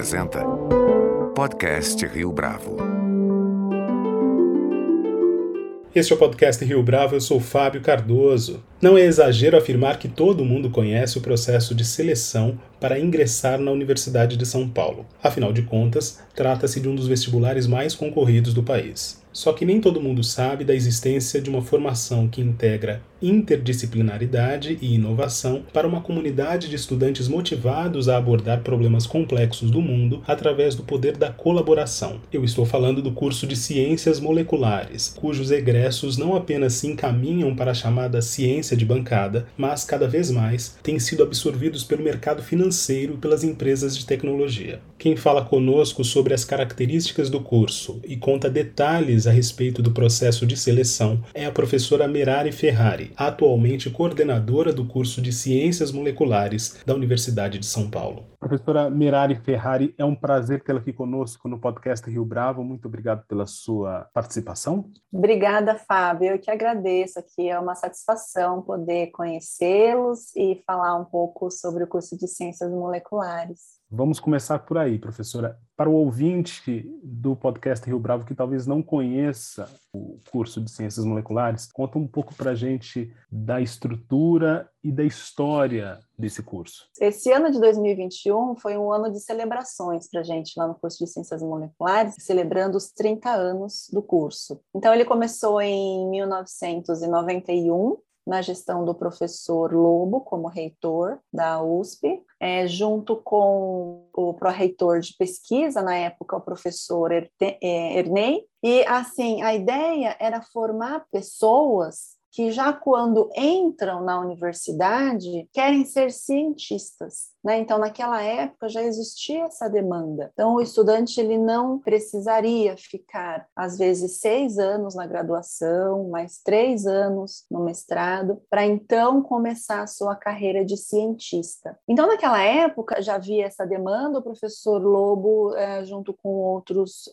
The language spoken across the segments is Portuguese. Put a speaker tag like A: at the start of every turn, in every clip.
A: apresenta Podcast Rio Bravo.
B: Este é o Podcast Rio Bravo, eu sou Fábio Cardoso. Não é exagero afirmar que todo mundo conhece o processo de seleção para ingressar na Universidade de São Paulo. Afinal de contas, trata-se de um dos vestibulares mais concorridos do país. Só que nem todo mundo sabe da existência de uma formação que integra interdisciplinaridade e inovação para uma comunidade de estudantes motivados a abordar problemas complexos do mundo através do poder da colaboração. Eu estou falando do curso de Ciências Moleculares, cujos egressos não apenas se encaminham para a chamada ciência de bancada, mas cada vez mais têm sido absorvidos pelo mercado financeiro e pelas empresas de tecnologia. Quem fala conosco sobre as características do curso e conta detalhes a respeito do processo de seleção é a professora Merari Ferrari, atualmente coordenadora do curso de Ciências Moleculares da Universidade de São Paulo. Professora Merari Ferrari, é um prazer tê-la aqui conosco no podcast Rio Bravo. Muito obrigado pela sua participação.
C: Obrigada, Fábio. Eu que agradeço aqui. É uma satisfação poder conhecê-los e falar um pouco sobre o curso de Ciências Moleculares.
B: Vamos começar por aí, professora. Para o ouvinte do podcast Rio Bravo que talvez não conheça o curso de Ciências Moleculares, conta um pouco para a gente da estrutura e da história desse curso.
C: Esse ano de 2021 foi um ano de celebrações para a gente lá no curso de Ciências Moleculares, celebrando os 30 anos do curso. Então, ele começou em 1991, na gestão do professor Lobo, como reitor da USP, junto com o pró-reitor de pesquisa, na época, o professor Ernei. E, assim, a ideia era formar pessoas que já quando entram na universidade querem ser cientistas, né? Então, naquela época já existia essa demanda. Então, o estudante ele não precisaria ficar, às vezes, 6 anos na graduação, mais 3 anos no mestrado, para então começar a sua carreira de cientista. Então, naquela época já havia essa demanda, o professor Lobo, junto com outros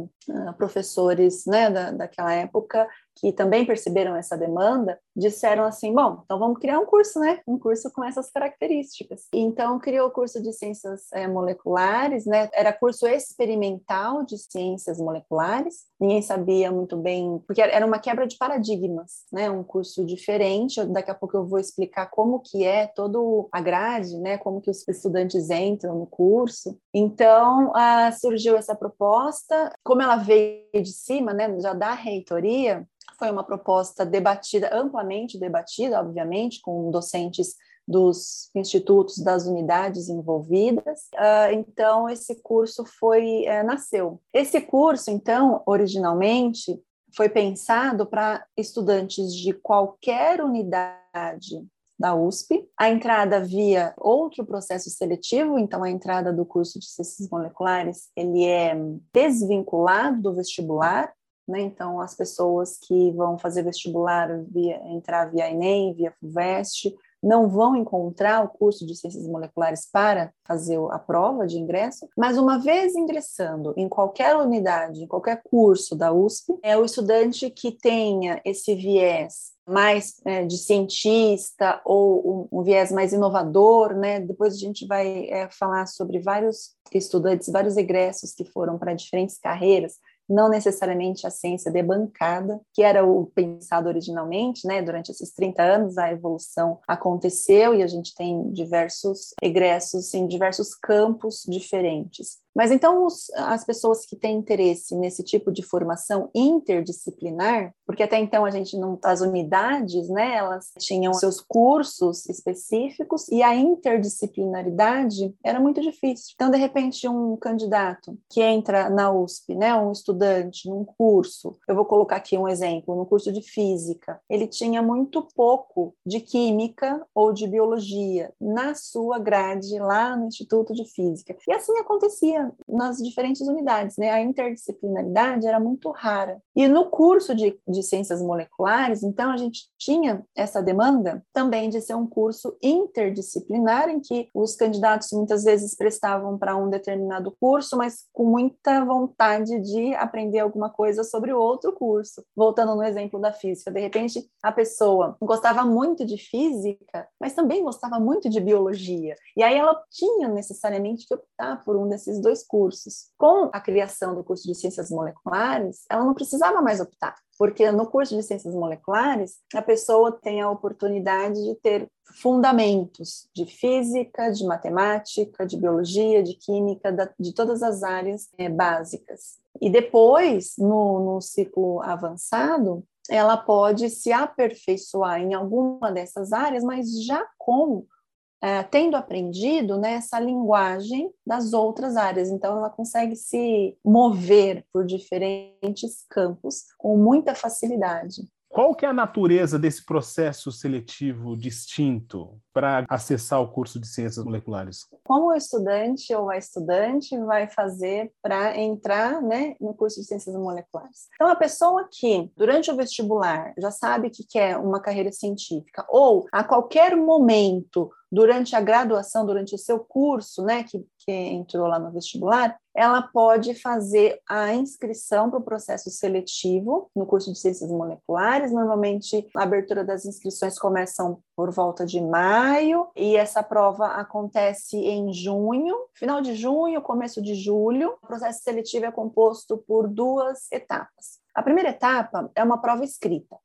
C: professores, né, daquela época, que também perceberam essa demanda, disseram assim, bom, então vamos criar um curso, né? Um curso com essas características. Então, criou o curso de Ciências Moleculares, né? Era curso experimental de Ciências Moleculares, ninguém sabia muito bem, porque era uma quebra de paradigmas, né? Um curso diferente, daqui a pouco eu vou explicar como que é todo a grade, né? Como que os estudantes entram no curso. Então, surgiu essa proposta, como ela veio de cima, né? Já da reitoria, foi uma proposta debatida, amplamente debatida, obviamente, com docentes dos institutos, das unidades envolvidas. Então, esse curso nasceu. Esse curso, então, originalmente, foi pensado para estudantes de qualquer unidade da USP, a entrada via outro processo seletivo, então a entrada do curso de Ciências Moleculares, ele é desvinculado do vestibular, né? Então, as pessoas que vão fazer vestibular, entrar via Enem, via FUVEST, não vão encontrar o curso de Ciências Moleculares para fazer a prova de ingresso, mas uma vez ingressando em qualquer unidade, em qualquer curso da USP, é o estudante que tenha esse viés mais de cientista ou um viés mais inovador, né? Depois a gente vai falar sobre vários estudantes, vários egressos que foram para diferentes carreiras, não necessariamente a ciência de bancada, que era o pensado originalmente, né? Durante esses 30 anos a evolução aconteceu e a gente tem diversos egressos em diversos campos diferentes. Mas então as pessoas que têm interesse nesse tipo de formação interdisciplinar, porque até então as unidades, né, elas tinham seus cursos específicos e a interdisciplinaridade era muito difícil. Então, de repente, um candidato que entra na USP, né, um estudante num curso, eu vou colocar aqui um exemplo, no curso de física, ele tinha muito pouco de química ou de biologia na sua grade lá no Instituto de Física. E assim acontecia nas diferentes unidades, né? A interdisciplinaridade era muito rara. E no curso de Ciências Moleculares, então, a gente tinha essa demanda também de ser um curso interdisciplinar, em que os candidatos muitas vezes prestavam para um determinado curso, mas com muita vontade de aprender alguma coisa sobre o outro curso. Voltando no exemplo da física, de repente, a pessoa gostava muito de física, mas também gostava muito de biologia. E aí ela tinha necessariamente que optar por um desses dois 2 cursos. Com a criação do curso de Ciências Moleculares, ela não precisava mais optar, porque no curso de Ciências Moleculares, a pessoa tem a oportunidade de ter fundamentos de física, de matemática, de biologia, de química, de todas as áreas básicas. E depois, no ciclo avançado, ela pode se aperfeiçoar em alguma dessas áreas, mas já tendo aprendido, né, essa linguagem das outras áreas. Então, ela consegue se mover por diferentes campos com muita facilidade.
B: Qual que é a natureza desse processo seletivo distinto para acessar o curso de Ciências Moleculares?
C: Como o estudante ou a estudante vai fazer para entrar, né, no curso de Ciências Moleculares? Então, a pessoa que, durante o vestibular, já sabe que quer uma carreira científica, ou a qualquer momento, durante a graduação, durante o seu curso, né, que entrou lá no vestibular, ela pode fazer a inscrição para o processo seletivo no curso de Ciências Moleculares. Normalmente, a abertura das inscrições começam por volta de maio, e essa prova acontece em junho, final de junho, começo de julho. O processo seletivo é composto por 2 etapas. A primeira etapa é uma prova escrita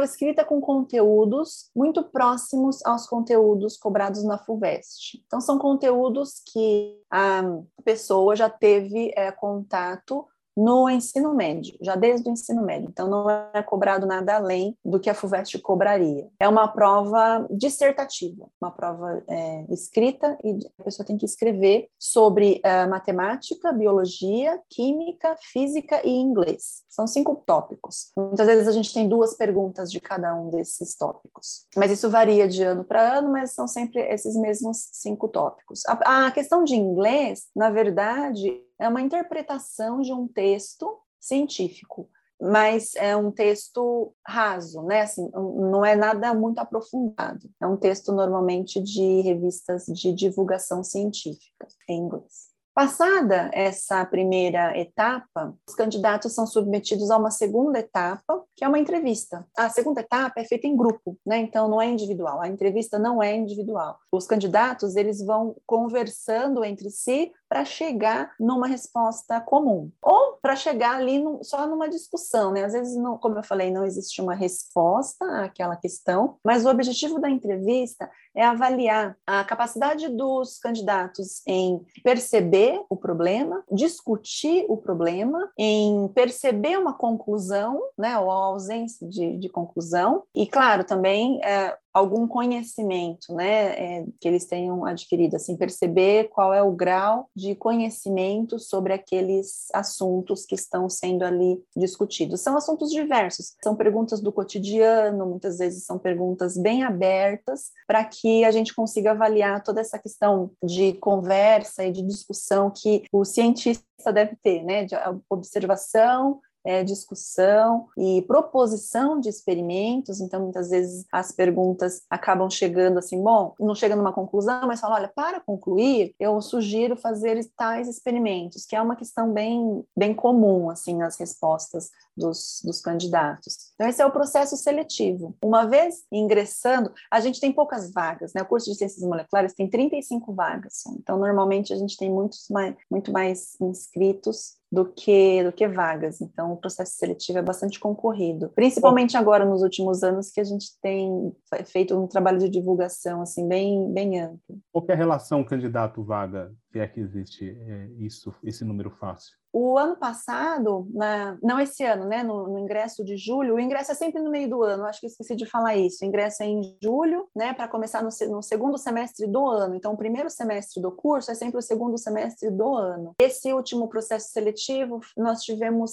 C: com conteúdos muito próximos aos conteúdos cobrados na FUVEST. Então, são conteúdos que a pessoa já teve contato no ensino médio, já desde o ensino médio. Então, não é cobrado nada além do que a FUVEST cobraria. É uma prova dissertativa, uma prova escrita, e a pessoa tem que escrever sobre matemática, biologia, química, física e inglês. São 5 tópicos. Muitas vezes a gente tem 2 perguntas de cada um desses tópicos. Mas isso varia de ano para ano, mas são sempre esses mesmos 5 tópicos. A questão de inglês, na verdade, é uma interpretação de um texto científico, mas é um texto raso, né? Assim, não é nada muito aprofundado. É um texto normalmente de revistas de divulgação científica em inglês. Passada essa primeira etapa, os candidatos são submetidos a uma segunda etapa, que é uma entrevista. A segunda etapa é feita em grupo, né? Então não é individual. A entrevista não é individual. Os candidatos, eles vão conversando entre si para chegar numa resposta comum, ou para chegar ali só numa discussão, né? Às vezes, não, como eu falei, não existe uma resposta àquela questão, mas o objetivo da entrevista é avaliar a capacidade dos candidatos em perceber o problema, discutir o problema, em perceber uma conclusão, né, ou a ausência de conclusão, e, claro, também algum conhecimento, né, que eles tenham adquirido, assim, perceber qual é o grau de conhecimento sobre aqueles assuntos que estão sendo ali discutidos. São assuntos diversos, são perguntas do cotidiano, muitas vezes são perguntas bem abertas, para que a gente consiga avaliar toda essa questão de conversa e de discussão que o cientista deve ter, né, de observação, discussão e proposição de experimentos. Então, muitas vezes as perguntas acabam chegando assim, bom, não chega numa conclusão, mas fala, olha, para concluir, eu sugiro fazer tais experimentos, que é uma questão bem comum, assim, nas respostas dos candidatos. Então, esse é o processo seletivo. Uma vez ingressando, a gente tem poucas vagas, né? O curso de Ciências Moleculares tem 35 vagas, então, normalmente, a gente tem muito mais inscritos do que vagas. Então, o processo seletivo é bastante concorrido, principalmente agora nos últimos anos, que a gente tem feito um trabalho de divulgação assim bem amplo.
B: Qual que é a relação candidato-vaga, se é que existe esse número fácil?
C: O ano passado, não esse ano, né, no ingresso de julho, o ingresso é sempre no meio do ano, acho que esqueci de falar isso, o ingresso é em julho, né, para começar no segundo semestre do ano. Então, o primeiro semestre do curso é sempre o segundo semestre do ano. Esse último processo seletivo, nós tivemos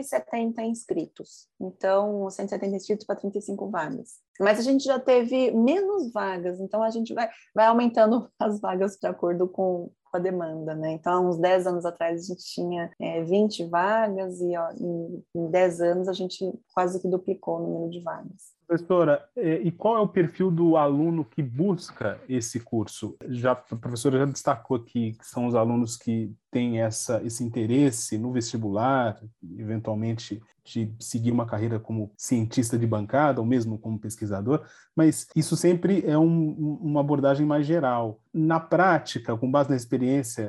C: 170 inscritos, então 170 inscritos para 35 vagas. Mas a gente já teve menos vagas, então a gente vai aumentando as vagas de acordo com a demanda, né? Então, há uns 10 anos atrás a gente tinha 20 vagas e em 10 anos a gente quase que duplicou o número de vagas.
B: Professora, e qual é o perfil do aluno que busca esse curso? A professora já destacou aqui que são os alunos que têm esse interesse no vestibular, eventualmente de seguir uma carreira como cientista de bancada ou mesmo como pesquisador, mas isso sempre é uma abordagem mais geral. Na prática, com base na experiência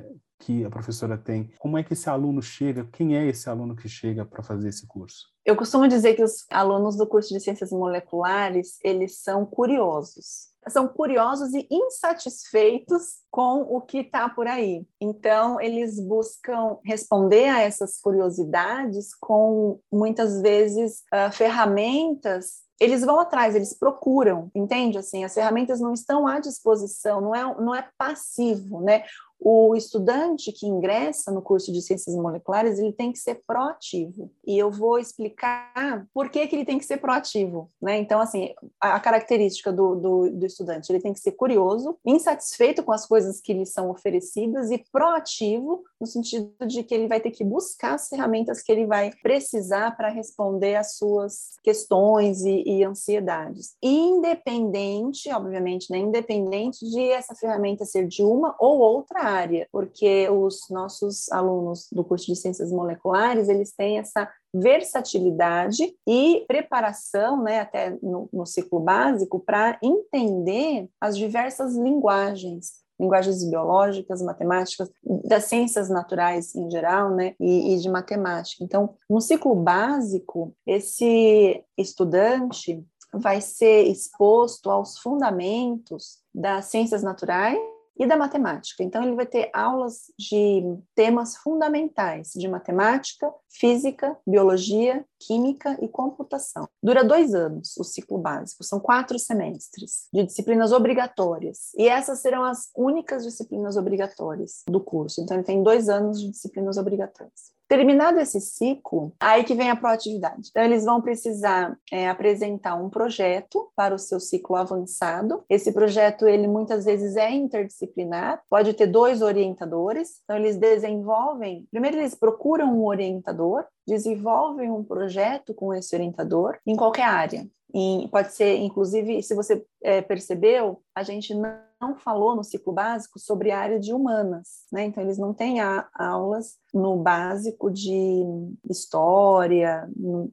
B: que a professora tem? Como é que esse aluno chega? Quem é esse aluno que chega para fazer esse curso?
C: Eu costumo dizer que os alunos do curso de Ciências Moleculares, eles são curiosos. São curiosos e insatisfeitos com o que está por aí. Então, eles buscam responder a essas curiosidades com, muitas vezes, ferramentas. Eles vão atrás, eles procuram, entende? Assim, as ferramentas não estão à disposição, não é passivo, né? O estudante que ingressa no curso de Ciências Moleculares, ele tem que ser proativo. E eu vou explicar por que ele tem que ser proativo, né? Então, assim, a característica do estudante, ele tem que ser curioso, insatisfeito com as coisas que lhe são oferecidas e proativo, no sentido de que ele vai ter que buscar as ferramentas que ele vai precisar para responder às suas questões e ansiedades. Independente, obviamente, né? Independente de essa ferramenta ser de uma ou outra área, porque os nossos alunos do curso de Ciências Moleculares, eles têm essa versatilidade e preparação, né, até no ciclo básico, para entender as diversas linguagens biológicas, matemáticas, das ciências naturais em geral, né, e de matemática. Então, no ciclo básico, esse estudante vai ser exposto aos fundamentos das ciências naturais e da matemática. Então, ele vai ter aulas de temas fundamentais de matemática, física, biologia, química e computação. Dura 2 anos o ciclo básico, são 4 semestres de disciplinas obrigatórias. E essas serão as únicas disciplinas obrigatórias do curso. Então, ele tem 2 anos de disciplinas obrigatórias. Terminado esse ciclo, aí que vem a proatividade. Então, eles vão precisar apresentar um projeto para o seu ciclo avançado. Esse projeto, ele muitas vezes é interdisciplinar, pode ter 2 orientadores. Então, eles desenvolvem, primeiro eles procuram um orientador, desenvolvem um projeto com esse orientador em qualquer área. E pode ser, inclusive, se você percebeu, a gente não falou no ciclo básico sobre a área de humanas, né? Então, eles não têm aulas no básico de história,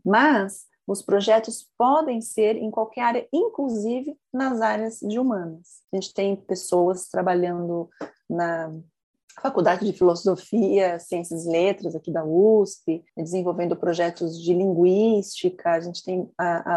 C: mas os projetos podem ser em qualquer área, inclusive nas áreas de humanas. A gente tem pessoas trabalhando na Faculdade de Filosofia, Ciências e Letras aqui da USP, desenvolvendo projetos de linguística. A gente tem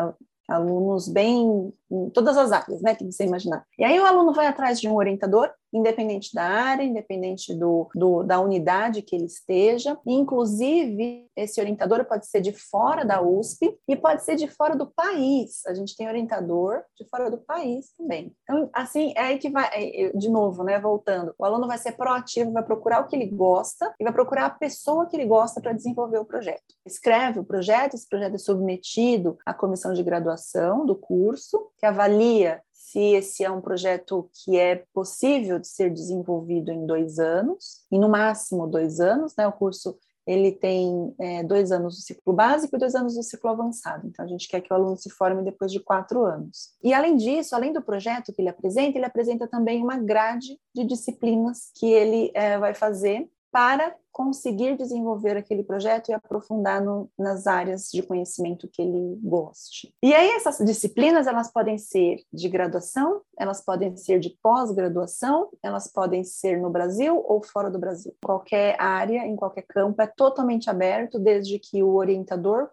C: alunos bem em todas as áreas, né, que você imaginar. E aí o aluno vai atrás de um orientador, independente da área, independente da unidade que ele esteja, e, inclusive, esse orientador pode ser de fora da USP e pode ser de fora do país. A gente tem orientador de fora do país também. Então, assim, é aí que vai, de novo, né, voltando, o aluno vai ser proativo, vai procurar o que ele gosta e vai procurar a pessoa que ele gosta para desenvolver o projeto. Escreve o projeto, esse projeto é submetido à comissão de graduação do curso, que avalia se esse é um projeto que é possível de ser desenvolvido em 2 anos, e no máximo 2 anos, né? O curso ele tem 2 anos do ciclo básico e 2 anos do ciclo avançado. Então, a gente quer que o aluno se forme depois de 4 anos. E, além disso, além do projeto que ele apresenta também uma grade de disciplinas que ele vai fazer para conseguir desenvolver aquele projeto e aprofundar nas áreas de conhecimento que ele goste. E aí essas disciplinas, elas podem ser de graduação, elas podem ser de pós-graduação, elas podem ser no Brasil ou fora do Brasil. Qualquer área, em qualquer campo, é totalmente aberto, desde que o orientador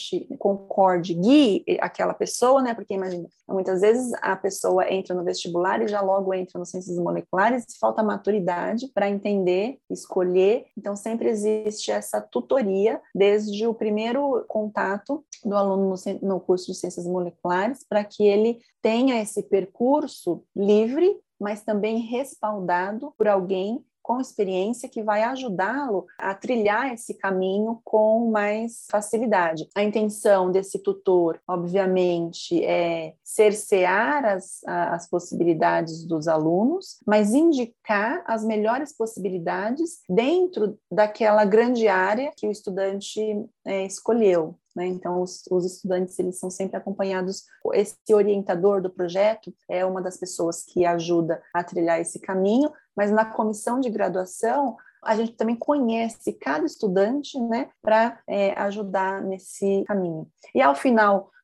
C: concorde, guie aquela pessoa, né? Porque imagina, muitas vezes a pessoa entra no vestibular e já logo entra nas ciências moleculares e falta maturidade para entender, escolher. Então, sempre existe essa tutoria desde o primeiro contato do aluno no curso de Ciências Moleculares, para que ele tenha esse percurso livre, mas também respaldado por alguém com experiência que vai ajudá-lo a trilhar esse caminho com mais facilidade. A intenção desse tutor, obviamente, é cercear as possibilidades dos alunos, mas indicar as melhores possibilidades dentro daquela grande área que o estudante escolheu. Né? Então, os estudantes, eles são sempre acompanhados. Esse orientador do projeto é uma das pessoas que ajuda a trilhar esse caminho, mas na comissão de graduação, a gente também conhece cada estudante, né, para ajudar nesse caminho. E ao final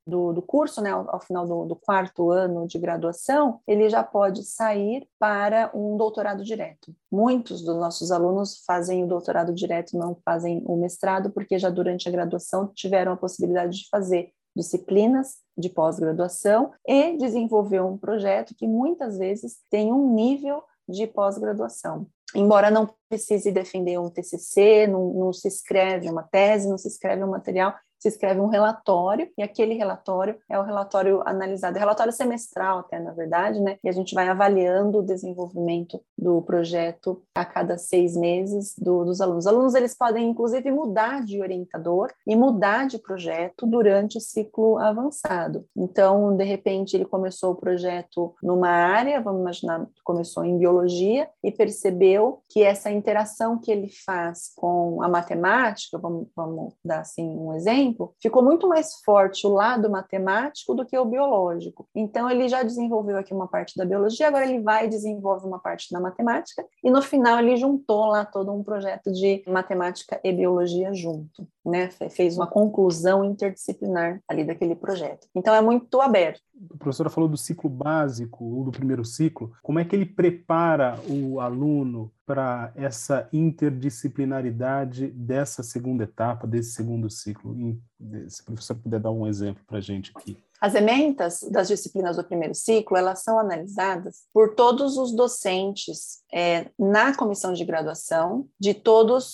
C: do curso, né, ao final do quarto ano de graduação, ele já pode sair para um doutorado direto. Muitos dos nossos alunos fazem o doutorado direto, não fazem o mestrado, porque já durante a graduação tiveram a possibilidade de fazer disciplinas de pós-graduação e desenvolver um projeto que muitas vezes tem um nível de pós-graduação. Embora não precise defender um TCC, não se escreve uma tese, não se escreve um material, se escreve um relatório, e aquele relatório é o relatório analisado, é relatório semestral até, na verdade, né? E a gente vai avaliando o desenvolvimento do projeto a cada 6 meses dos alunos. Os alunos, eles podem, inclusive, mudar de orientador e mudar de projeto durante o ciclo avançado. Então, de repente, ele começou o projeto numa área, vamos imaginar, começou em biologia, e percebeu que essa interação que ele faz com a matemática, vamos dar assim um exemplo, ficou muito mais forte o lado matemático do que o biológico. Então, ele já desenvolveu aqui uma parte da biologia, agora ele vai e desenvolve uma parte da matemática, e no final ele juntou lá todo um projeto de matemática e biologia junto, né? Fez uma conclusão interdisciplinar ali daquele projeto. Então, é muito aberto.
B: A professora falou do ciclo básico, ou do primeiro ciclo. Como é que ele prepara o aluno para essa interdisciplinaridade dessa segunda etapa, desse segundo ciclo? Se a professora puder dar um exemplo para a gente aqui.
C: As ementas das disciplinas do primeiro ciclo, elas são analisadas por todos os docentes na comissão de graduação de todas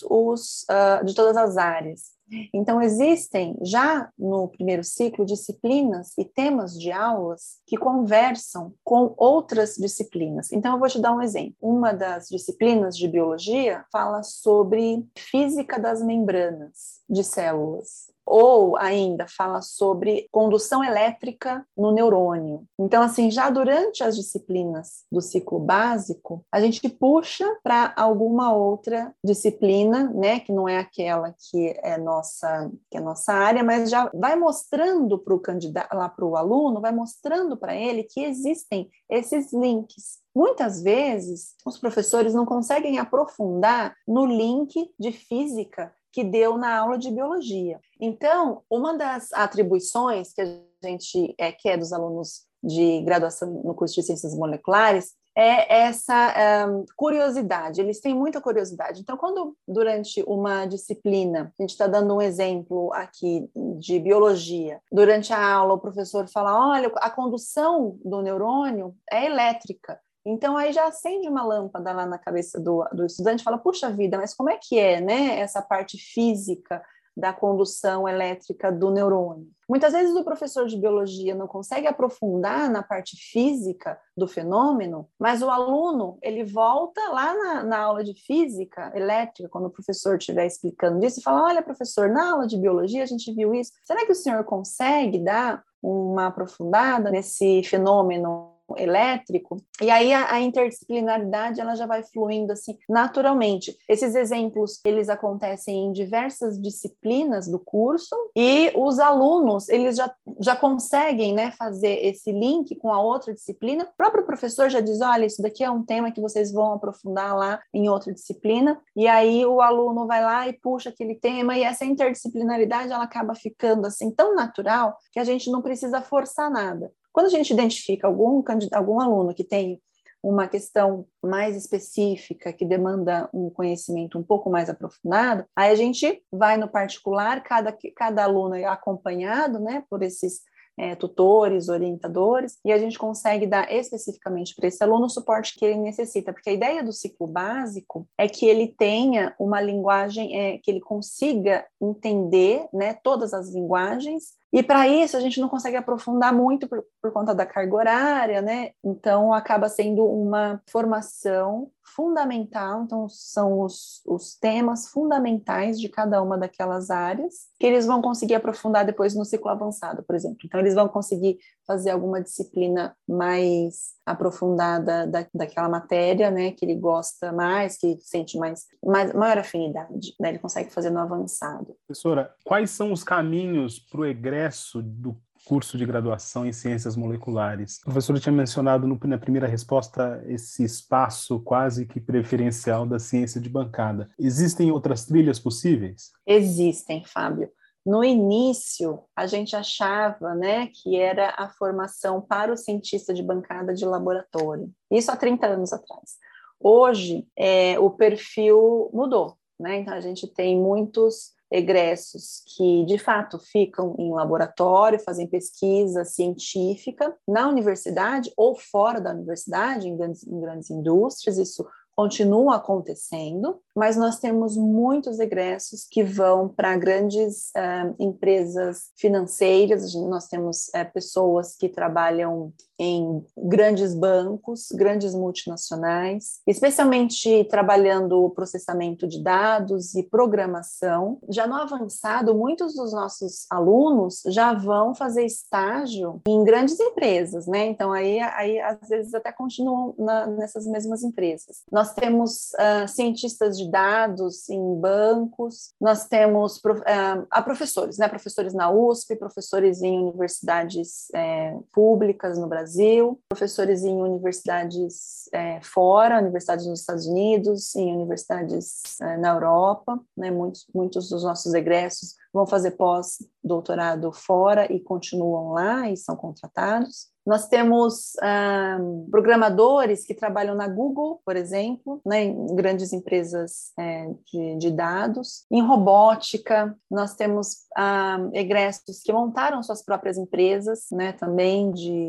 C: as áreas. Então, existem já no primeiro ciclo disciplinas e temas de aulas que conversam com outras disciplinas. Então, eu vou te dar um exemplo. Uma das disciplinas de biologia fala sobre física das membranas de células. Ou ainda fala sobre condução elétrica no neurônio. Então, assim, já durante as disciplinas do ciclo básico, a gente puxa para alguma outra disciplina, né, que não é aquela que é nossa área, mas já vai mostrando para o candidato, lá para o aluno, vai mostrando para ele que existem esses links. Muitas vezes, os professores não conseguem aprofundar no link de física que deu na aula de biologia. Então, uma das atribuições que a gente quer dos alunos de graduação no curso de Ciências Moleculares é essa curiosidade. Eles têm muita curiosidade. Então, quando durante uma disciplina, a gente está dando um exemplo aqui de biologia, durante a aula o professor fala, olha, a condução do neurônio é elétrica. Então, aí já acende uma lâmpada lá na cabeça do estudante e fala, puxa vida, mas como é que é, né, essa parte física da condução elétrica do neurônio? Muitas vezes o professor de biologia não consegue aprofundar na parte física do fenômeno, mas o aluno, ele volta lá na aula de física elétrica, quando o professor estiver explicando isso, e fala, olha, professor, na aula de biologia a gente viu isso, será que o senhor consegue dar uma aprofundada nesse fenômeno elétrico? E aí a interdisciplinaridade ela já vai fluindo assim naturalmente. Esses exemplos eles acontecem em diversas disciplinas do curso e os alunos eles já conseguem, né, fazer esse link com a outra disciplina. O próprio professor já diz, olha, isso daqui é um tema que vocês vão aprofundar lá em outra disciplina, e aí o aluno vai lá e puxa aquele tema, e essa interdisciplinaridade ela acaba ficando assim tão natural que a gente não precisa forçar nada. Quando a gente identifica algum aluno que tem uma questão mais específica, que demanda um conhecimento um pouco mais aprofundado, aí a gente vai no particular, cada aluno é acompanhado, né, por esses tutores, orientadores, e a gente consegue dar especificamente para esse aluno o suporte que ele necessita, porque a ideia do ciclo básico é que ele tenha uma linguagem, que ele consiga entender, né, todas as linguagens. E para isso a gente não consegue aprofundar muito por conta da carga horária, né? Então acaba sendo uma formação fundamental, então são os temas fundamentais de cada uma daquelas áreas que eles vão conseguir aprofundar depois no ciclo avançado, por exemplo. Então eles vão conseguir fazer alguma disciplina mais aprofundada daquela matéria, né, que ele gosta mais, que sente maior afinidade, né? Ele consegue fazer no avançado.
B: Professora, quais são os caminhos para o egresso do curso de graduação em Ciências Moleculares? A professora tinha mencionado na primeira resposta esse espaço quase que preferencial da ciência de bancada. Existem outras trilhas possíveis?
C: Existem, Fábio. No início, a gente achava, né, que era a formação para o cientista de bancada de laboratório. Isso há 30 anos atrás. Hoje, o perfil mudou, né? Então, a gente tem muitos egressos que, de fato, ficam em laboratório, fazem pesquisa científica na universidade ou fora da universidade, em grandes indústrias. Isso continua acontecendo, mas nós temos muitos egressos que vão para grandes empresas financeiras. Nós temos pessoas que trabalham em grandes bancos, grandes multinacionais, especialmente trabalhando o processamento de dados e programação. Já no avançado, muitos dos nossos alunos já vão fazer estágio em grandes empresas, né? Então, aí às vezes até continuam nessas mesmas empresas. Nós temos cientistas de dados em bancos, nós temos professores, né? Professores na USP, professores em universidades públicas no Brasil, professores em universidades fora, universidades nos Estados Unidos, em universidades na Europa, né? Muitos dos nossos egressos vão fazer pós-doutorado fora e continuam lá e são contratados. Nós temos programadores que trabalham na Google, por exemplo, né, em grandes empresas de dados. Em robótica, nós temos egressos que montaram suas próprias empresas, né, também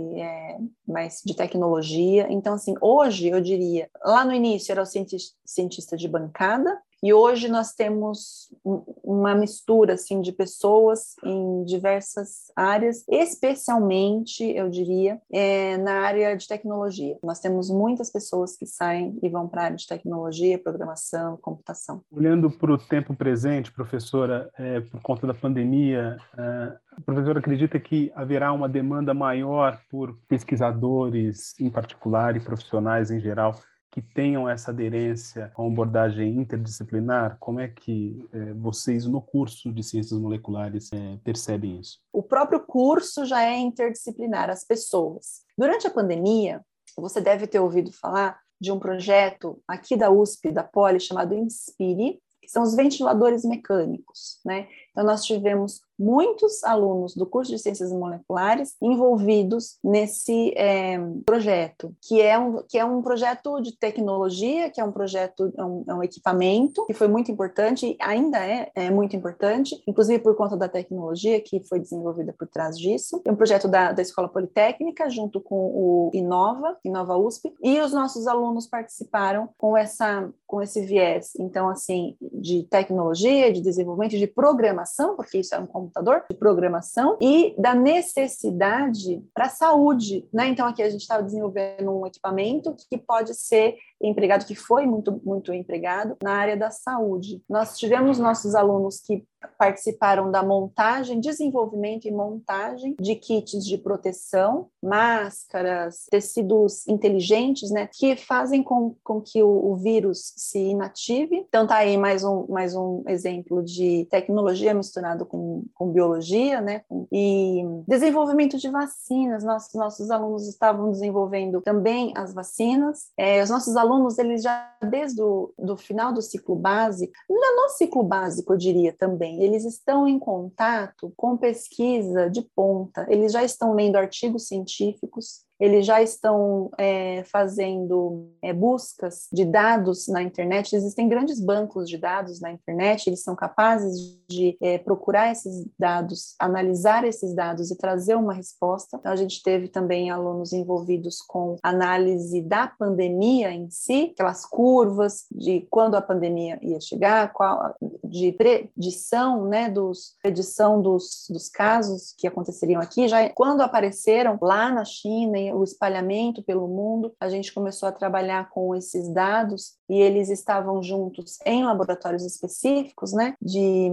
C: mais de tecnologia. Então, assim, hoje, eu diria, lá no início era o cientista de bancada, e hoje nós temos uma mistura assim, de pessoas em diversas áreas, especialmente, eu diria, na área de tecnologia. Nós temos muitas pessoas que saem e vão para a área de tecnologia, programação, computação.
B: Olhando para o tempo presente, professora, por conta da pandemia, a professora acredita que haverá uma demanda maior por pesquisadores em particular e profissionais em geral que tenham essa aderência a uma abordagem interdisciplinar? Como é que vocês, no curso de Ciências Moleculares, percebem isso?
C: O próprio curso já é interdisciplinar, as pessoas. Durante a pandemia, você deve ter ouvido falar de um projeto aqui da USP, da Poli, chamado Inspire, que são os ventiladores mecânicos, né? Então, nós tivemos muitos alunos do curso de Ciências Moleculares envolvidos nesse projeto, que é um projeto de tecnologia, que é um projeto, é um equipamento que foi muito importante, ainda é muito importante, inclusive por conta da tecnologia que foi desenvolvida por trás disso. É um projeto da Escola Politécnica, junto com o Inova USP, e os nossos alunos participaram com esse viés, então, assim, de tecnologia, de desenvolvimento, de programação, porque isso é um computador, de programação, e da necessidade para a saúde, né? Então, aqui a gente estava desenvolvendo um equipamento que pode ser empregado, que foi muito, muito empregado na área da saúde. Nós tivemos nossos alunos que participaram da montagem, desenvolvimento e montagem de kits de proteção, máscaras, tecidos inteligentes, né, que fazem com que o vírus se inative. Então tá aí mais um exemplo de tecnologia misturado com biologia, né, e desenvolvimento de vacinas. Nossos alunos estavam desenvolvendo também as vacinas. Os nossos alunos, eles já desde do final do ciclo básico, no ciclo básico eu diria também, eles estão em contato com pesquisa de ponta, eles já estão lendo artigos científicos, eles já estão fazendo buscas de dados na internet. Existem grandes bancos de dados na internet, eles são capazes de procurar esses dados, analisar esses dados e trazer uma resposta. Então, a gente teve também alunos envolvidos com análise da pandemia em si, aquelas curvas de quando a pandemia ia chegar, de predição, né, predição dos casos que aconteceriam aqui, já quando apareceram lá na China, o espalhamento pelo mundo, a gente começou a trabalhar com esses dados e eles estavam juntos em laboratórios específicos, né, de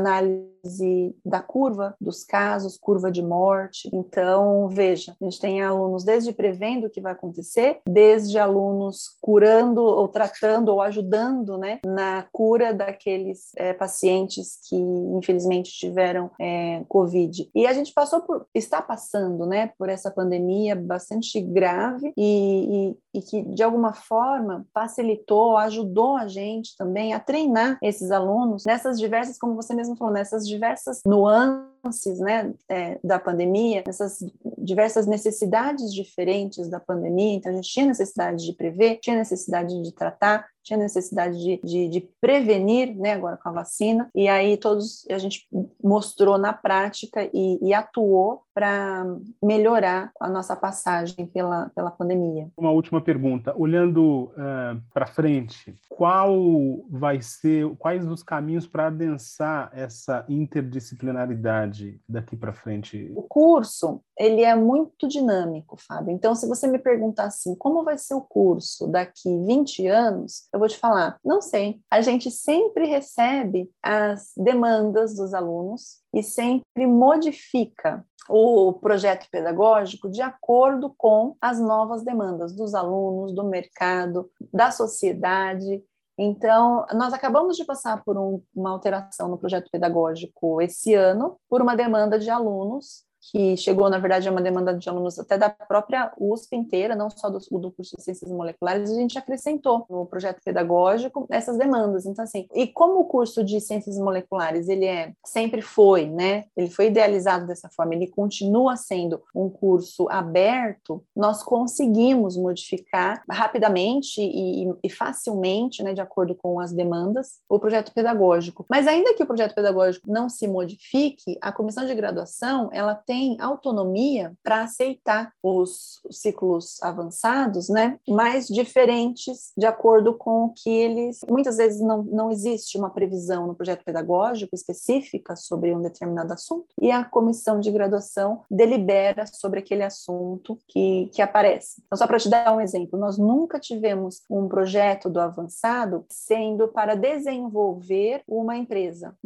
C: análise da curva dos casos, curva de morte. Então, veja, a gente tem alunos desde prevendo o que vai acontecer, desde alunos curando ou tratando ou ajudando, né, na cura daqueles pacientes que infelizmente tiveram Covid. E a gente está passando, né, por essa pandemia bastante grave e que, de alguma forma, facilitou, ajudou a gente também a treinar esses alunos nessas diversas, como você mesmo falou, nessas diversas nuances, né, da pandemia, nessas diversas necessidades diferentes da pandemia. Então, a gente tinha necessidade de prever, tinha necessidade de tratar, tinha necessidade de prevenir, né, agora com a vacina, e aí a gente mostrou na prática e atuou para melhorar a nossa passagem pela pandemia.
B: Uma última pergunta, olhando para frente, quais os caminhos para adensar essa interdisciplinaridade daqui para frente?
C: O curso, ele é muito dinâmico, Fábio. Então, se você me perguntar assim, como vai ser o curso daqui 20 anos, eu vou te falar, não sei. A gente sempre recebe as demandas dos alunos e sempre modifica o projeto pedagógico de acordo com as novas demandas dos alunos, do mercado, da sociedade. Então, nós acabamos de passar por uma alteração no projeto pedagógico esse ano, por uma demanda de alunos, que chegou, na verdade, a uma demanda de alunos até da própria USP inteira, não só do curso de Ciências Moleculares, a gente acrescentou no projeto pedagógico essas demandas. Então, assim, e como o curso de Ciências Moleculares, ele sempre foi, né, ele foi idealizado dessa forma, ele continua sendo um curso aberto, nós conseguimos modificar rapidamente e facilmente, né, de acordo com as demandas, o projeto pedagógico. Mas ainda que o projeto pedagógico não se modifique, a comissão de graduação, ela tem autonomia para aceitar os ciclos avançados, né, mais diferentes de acordo com o que eles... Muitas vezes não existe uma previsão no projeto pedagógico específica sobre um determinado assunto e a comissão de graduação delibera sobre aquele assunto que aparece. Então, só para te dar um exemplo, nós nunca tivemos um projeto do avançado sendo para desenvolver uma empresa,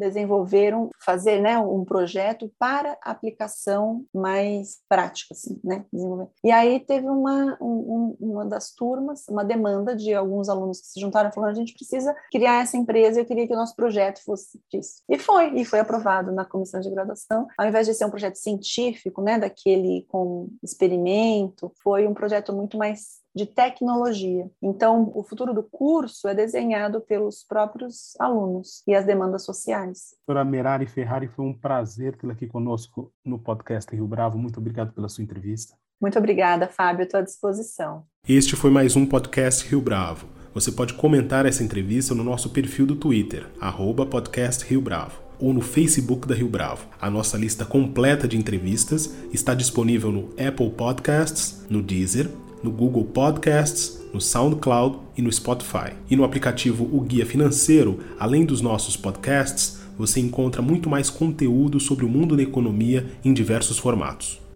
C: fazer, né, um projeto para aplicação mais prática, assim, né? E aí teve uma das turmas, uma demanda de alguns alunos que se juntaram falando, a gente precisa criar essa empresa, eu queria que o nosso projeto fosse disso. E foi aprovado na comissão de graduação, ao invés de ser um projeto científico, né, daquele com experimento, foi um projeto muito mais de tecnologia. Então, o futuro do curso é desenhado pelos próprios alunos e as demandas sociais.
B: Doutora Merari Ferrari, foi um prazer tê-la aqui conosco no podcast Rio Bravo. Muito obrigado pela sua entrevista.
C: Muito obrigada, Fábio. Estou à disposição.
B: Este foi mais um podcast Rio Bravo. Você pode comentar essa entrevista no nosso perfil do Twitter, @podcastRioBravo, ou no Facebook da Rio Bravo. A nossa lista completa de entrevistas está disponível no Apple Podcasts, no Deezer, no Google Podcasts, no SoundCloud e no Spotify. E no aplicativo O Guia Financeiro, além dos nossos podcasts, você encontra muito mais conteúdo sobre o mundo da economia em diversos formatos.